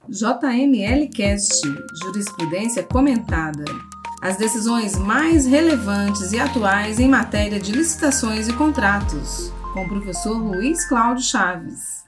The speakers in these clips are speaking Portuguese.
JML Cast, Jurisprudência Comentada. As decisões mais relevantes e atuais em matéria de licitações e contratos, com o professor Luiz Cláudio Chaves.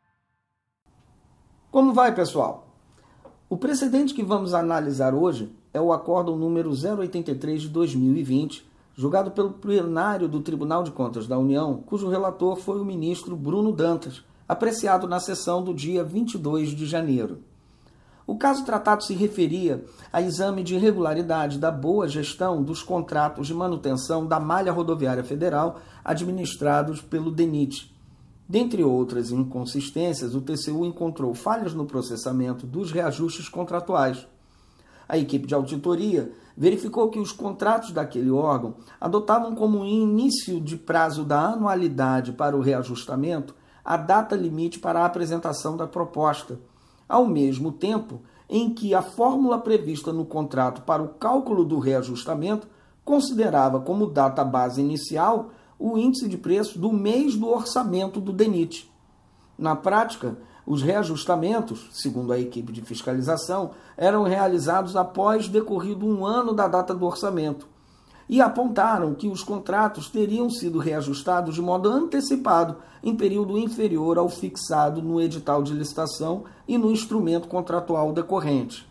Como vai, pessoal? O precedente que vamos analisar hoje é o Acórdão número 083 de 2020, julgado pelo plenário do Tribunal de Contas da União, cujo relator foi o ministro Bruno Dantas, apreciado na sessão do dia 22 de janeiro. O caso tratado se referia a exame de regularidade da boa gestão dos contratos de manutenção da malha rodoviária federal administrados pelo DENIT. Dentre outras inconsistências, o TCU encontrou falhas no processamento dos reajustes contratuais. A equipe de auditoria verificou que os contratos daquele órgão adotavam como início de prazo da anualidade para o reajustamento a data limite para a apresentação da proposta, ao mesmo tempo em que a fórmula prevista no contrato para o cálculo do reajustamento considerava como data base inicial o índice de preço do mês do orçamento do DENIT. Na prática, os reajustamentos, segundo a equipe de fiscalização, eram realizados após decorrido um ano da data do orçamento e apontaram que os contratos teriam sido reajustados de modo antecipado em período inferior ao fixado no edital de licitação e no instrumento contratual decorrente.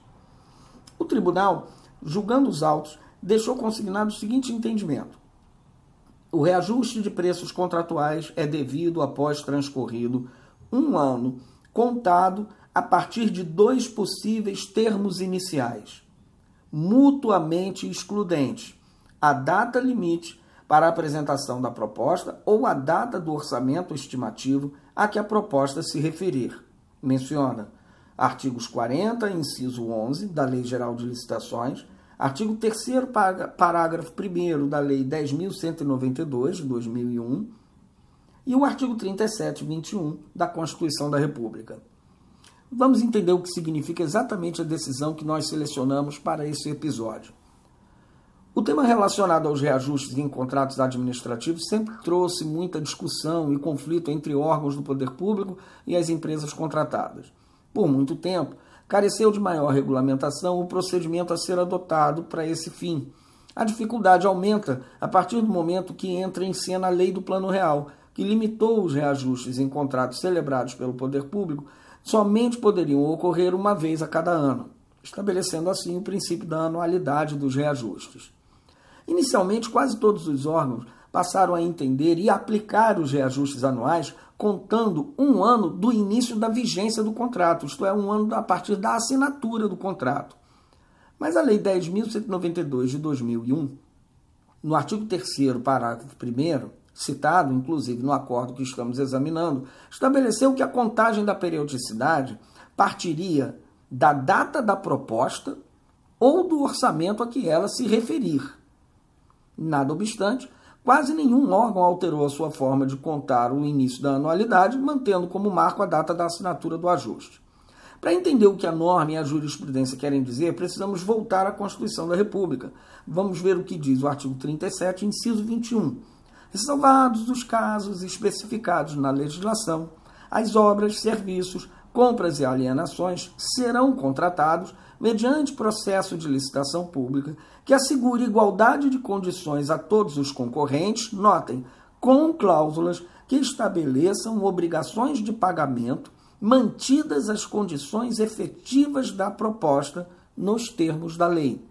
O tribunal, julgando os autos, deixou consignado o seguinte entendimento: o reajuste de preços contratuais é devido após transcorrido um ano, contado a partir de dois possíveis termos iniciais, mutuamente excludentes: a data limite para a apresentação da proposta ou a data do orçamento estimativo a que a proposta se referir. Menciona artigos 40, inciso 11 da Lei Geral de Licitações, artigo 3º, parágrafo 1º da Lei 10.192, de 2001, e o artigo 37, 21 da Constituição da República. Vamos entender o que significa exatamente a decisão que nós selecionamos para esse episódio. O tema relacionado aos reajustes em contratos administrativos sempre trouxe muita discussão e conflito entre órgãos do poder público e as empresas contratadas. Por muito tempo, careceu de maior regulamentação o procedimento a ser adotado para esse fim. A dificuldade aumenta a partir do momento que entra em cena a Lei do Plano Real, que limitou os reajustes em contratos celebrados pelo poder público somente poderiam ocorrer uma vez a cada ano, estabelecendo assim o princípio da anualidade dos reajustes. Inicialmente, quase todos os órgãos passaram a entender e aplicar os reajustes anuais contando um ano do início da vigência do contrato, isto é, um ano a partir da assinatura do contrato. Mas a Lei 10.192 de 2001, no artigo 3º, parágrafo 1º, citado inclusive no acordo que estamos examinando, estabeleceu que a contagem da periodicidade partiria da data da proposta ou do orçamento a que ela se referir. Nada obstante, quase nenhum órgão alterou a sua forma de contar o início da anualidade, mantendo como marco a data da assinatura do ajuste. Para entender o que a norma e a jurisprudência querem dizer, precisamos voltar à Constituição da República. Vamos ver o que diz o artigo 37, inciso 21. Ressalvados os casos especificados na legislação, as obras, serviços, compras e alienações serão contratados mediante processo de licitação pública que assegure igualdade de condições a todos os concorrentes, notem, com cláusulas que estabeleçam obrigações de pagamento, mantidas as condições efetivas da proposta nos termos da lei.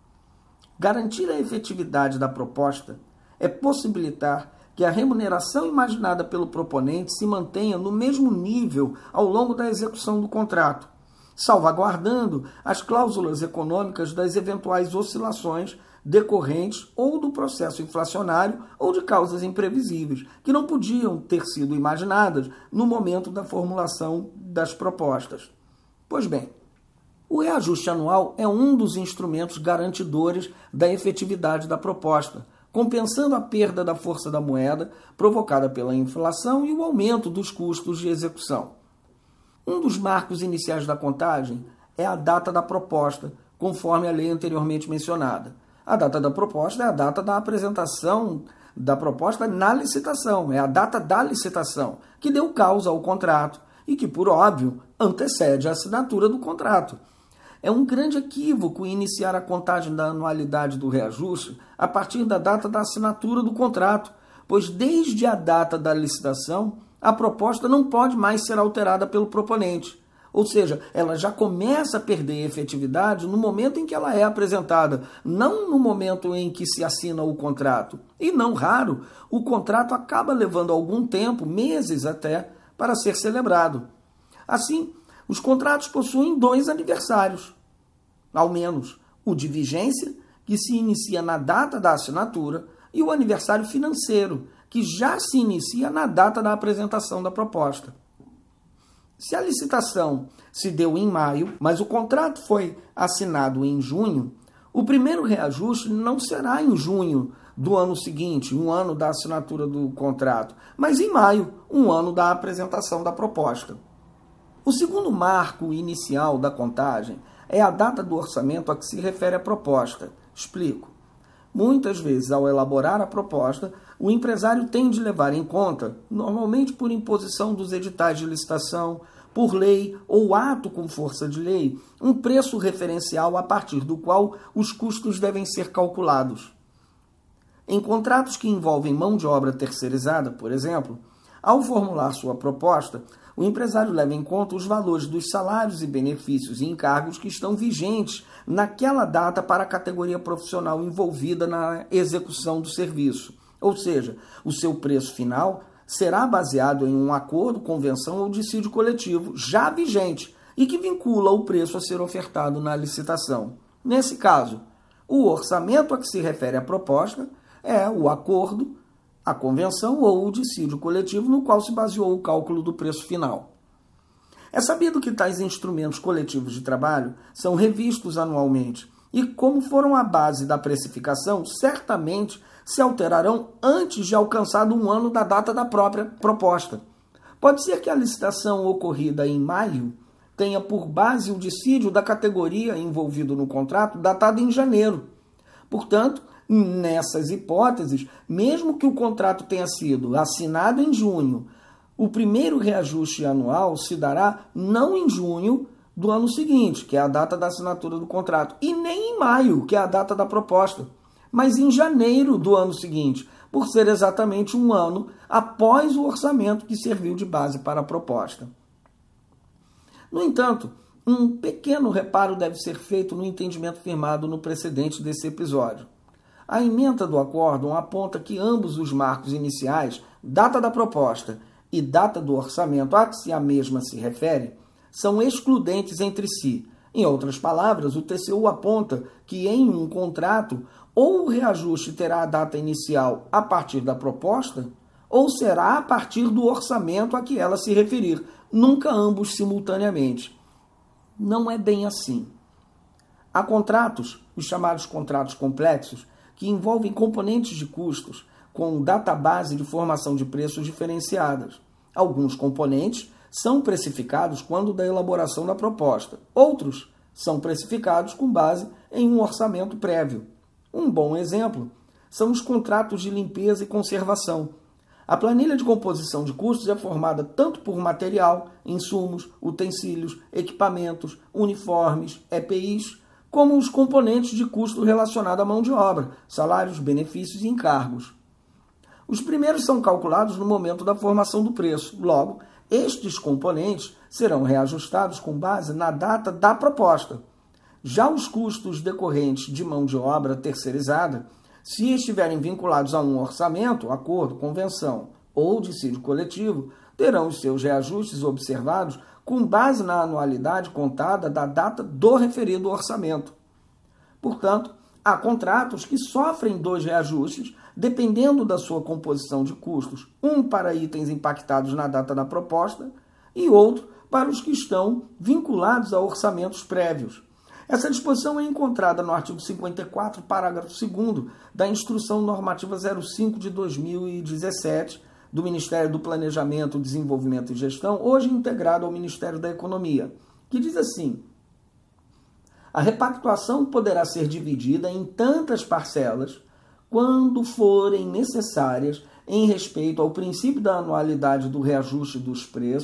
Garantir a efetividade da proposta é possibilitar que a remuneração imaginada pelo proponente se mantenha no mesmo nível ao longo da execução do contrato, salvaguardando as cláusulas econômicas das eventuais oscilações decorrentes ou do processo inflacionário ou de causas imprevisíveis, que não podiam ter sido imaginadas no momento da formulação das propostas. Pois bem, o reajuste anual é um dos instrumentos garantidores da efetividade da proposta, compensando a perda da força da moeda provocada pela inflação e o aumento dos custos de execução. Um dos marcos iniciais da contagem é a data da proposta, conforme a lei anteriormente mencionada. A data da proposta é a data da apresentação da proposta na licitação, é a data da licitação, que deu causa ao contrato e que, por óbvio, antecede a assinatura do contrato. É um grande equívoco iniciar a contagem da anualidade do reajuste a partir da data da assinatura do contrato, pois desde a data da licitação, a proposta não pode mais ser alterada pelo proponente. Ou seja, ela já começa a perder efetividade no momento em que ela é apresentada, não no momento em que se assina o contrato. E não raro, o contrato acaba levando algum tempo, meses até, para ser celebrado. Assim, os contratos possuem 2 aniversários, ao menos, o de vigência, que se inicia na data da assinatura, e o aniversário financeiro, que já se inicia na data da apresentação da proposta. Se a licitação se deu em maio, mas o contrato foi assinado em junho, o primeiro reajuste não será em junho do ano seguinte, um ano da assinatura do contrato, mas em maio, um ano da apresentação da proposta. O segundo marco inicial da contagem é a data do orçamento a que se refere a proposta. Explico. Muitas vezes, ao elaborar a proposta, o empresário tem de levar em conta, normalmente por imposição dos editais de licitação, por lei ou ato com força de lei, um preço referencial a partir do qual os custos devem ser calculados. Em contratos que envolvem mão de obra terceirizada, por exemplo, ao formular sua proposta, o empresário leva em conta os valores dos salários e benefícios e encargos que estão vigentes naquela data para a categoria profissional envolvida na execução do serviço. Ou seja, o seu preço final será baseado em um acordo, convenção ou dissídio coletivo já vigente e que vincula o preço a ser ofertado na licitação. Nesse caso, o orçamento a que se refere a proposta é o acordo, a convenção ou o dissídio coletivo no qual se baseou o cálculo do preço final. É sabido que tais instrumentos coletivos de trabalho são revistos anualmente e, como foram a base da precificação, certamente se alterarão antes de alcançado um ano da data da própria proposta. Pode ser que a licitação ocorrida em maio tenha por base o dissídio da categoria envolvido no contrato datado em janeiro. Portanto, nessas hipóteses, mesmo que o contrato tenha sido assinado em junho, o primeiro reajuste anual se dará não em junho do ano seguinte, que é a data da assinatura do contrato, e nem em maio, que é a data da proposta, mas em janeiro do ano seguinte, por ser exatamente um ano após o orçamento que serviu de base para a proposta. No entanto, um pequeno reparo deve ser feito no entendimento firmado no precedente desse episódio. A ementa do acórdão aponta que ambos os marcos iniciais, data da proposta e data do orçamento a que a mesma se refere, são excludentes entre si. Em outras palavras, o TCU aponta que em um contrato ou o reajuste terá a data inicial a partir da proposta ou será a partir do orçamento a que ela se referir, nunca ambos simultaneamente. Não é bem assim. Há contratos, os chamados contratos complexos, que envolvem componentes de custos com database de formação de preços diferenciadas. Alguns componentes são precificados quando da elaboração da proposta. Outros são precificados com base em um orçamento prévio. Um bom exemplo são os contratos de limpeza e conservação. A planilha de composição de custos é formada tanto por material, insumos, utensílios, equipamentos, uniformes, EPIs, como os componentes de custo relacionado à mão de obra, salários, benefícios e encargos. Os primeiros são calculados no momento da formação do preço. Logo, estes componentes serão reajustados com base na data da proposta. Já os custos decorrentes de mão de obra terceirizada, se estiverem vinculados a um orçamento, acordo, convenção ou dissídio coletivo, terão os seus reajustes observados com base na anualidade contada da data do referido orçamento. Portanto, há contratos que sofrem 2 reajustes, dependendo da sua composição de custos, um para itens impactados na data da proposta e outro para os que estão vinculados a orçamentos prévios. Essa disposição é encontrada no artigo 54, parágrafo 2º da Instrução Normativa 05 de 2017, do Ministério do Planejamento, Desenvolvimento e Gestão, hoje integrado ao Ministério da Economia, que diz assim: a repactuação poderá ser dividida em tantas parcelas quando forem necessárias em respeito ao princípio da anualidade do reajuste dos preços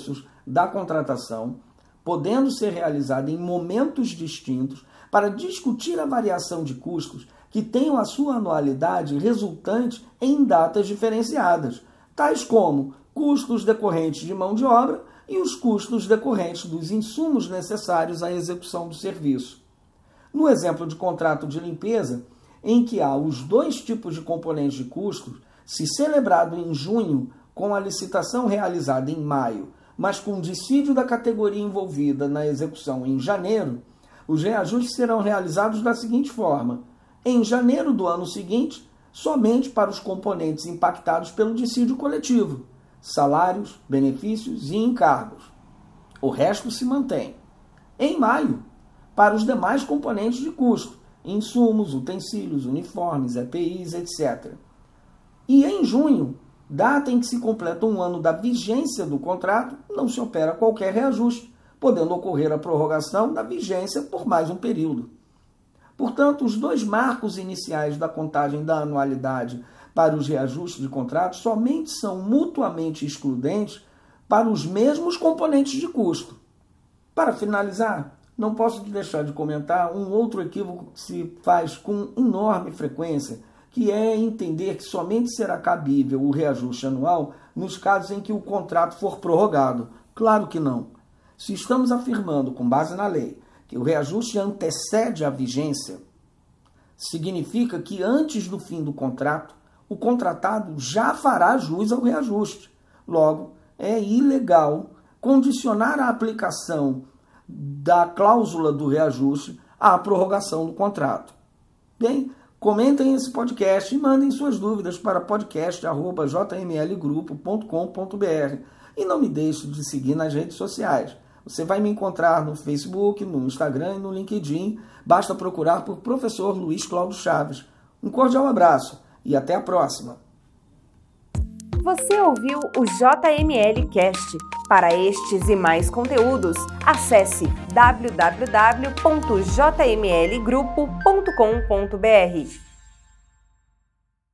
da contratação, podendo ser realizada em momentos distintos para discutir a variação de custos que tenham a sua anualidade resultante em datas diferenciadas, tais como custos decorrentes de mão de obra e os custos decorrentes dos insumos necessários à execução do serviço. No exemplo de contrato de limpeza, em que há os dois tipos de componentes de custos, se celebrado em junho com a licitação realizada em maio, mas com dissídio da categoria envolvida na execução em janeiro, os reajustes serão realizados da seguinte forma: em janeiro do ano seguinte, somente para os componentes impactados pelo dissídio coletivo, salários, benefícios e encargos. O resto se mantém. Em maio, para os demais componentes de custo, insumos, utensílios, uniformes, EPIs, etc. E em junho, data em que se completa um ano da vigência do contrato, não se opera qualquer reajuste, podendo ocorrer a prorrogação da vigência por mais um período. Portanto, os dois marcos iniciais da contagem da anualidade para os reajustes de contrato somente são mutuamente excludentes para os mesmos componentes de custo. Para finalizar, não posso deixar de comentar um outro equívoco que se faz com enorme frequência, que é entender que somente será cabível o reajuste anual nos casos em que o contrato for prorrogado. Claro que não. Se estamos afirmando, com base na lei, que o reajuste antecede a vigência, significa que antes do fim do contrato, o contratado já fará jus ao reajuste. Logo, é ilegal condicionar a aplicação da cláusula do reajuste à prorrogação do contrato. Bem, comentem esse podcast e mandem suas dúvidas para podcast@jmlgrupo.com.br e não me deixe de seguir nas redes sociais. Você vai me encontrar no Facebook, no Instagram e no LinkedIn. Basta procurar por Professor Luiz Cláudio Chaves. Um cordial abraço e até a próxima. Você ouviu o JML Cast. Para estes e mais conteúdos, acesse www.jmlgrupo.com.br.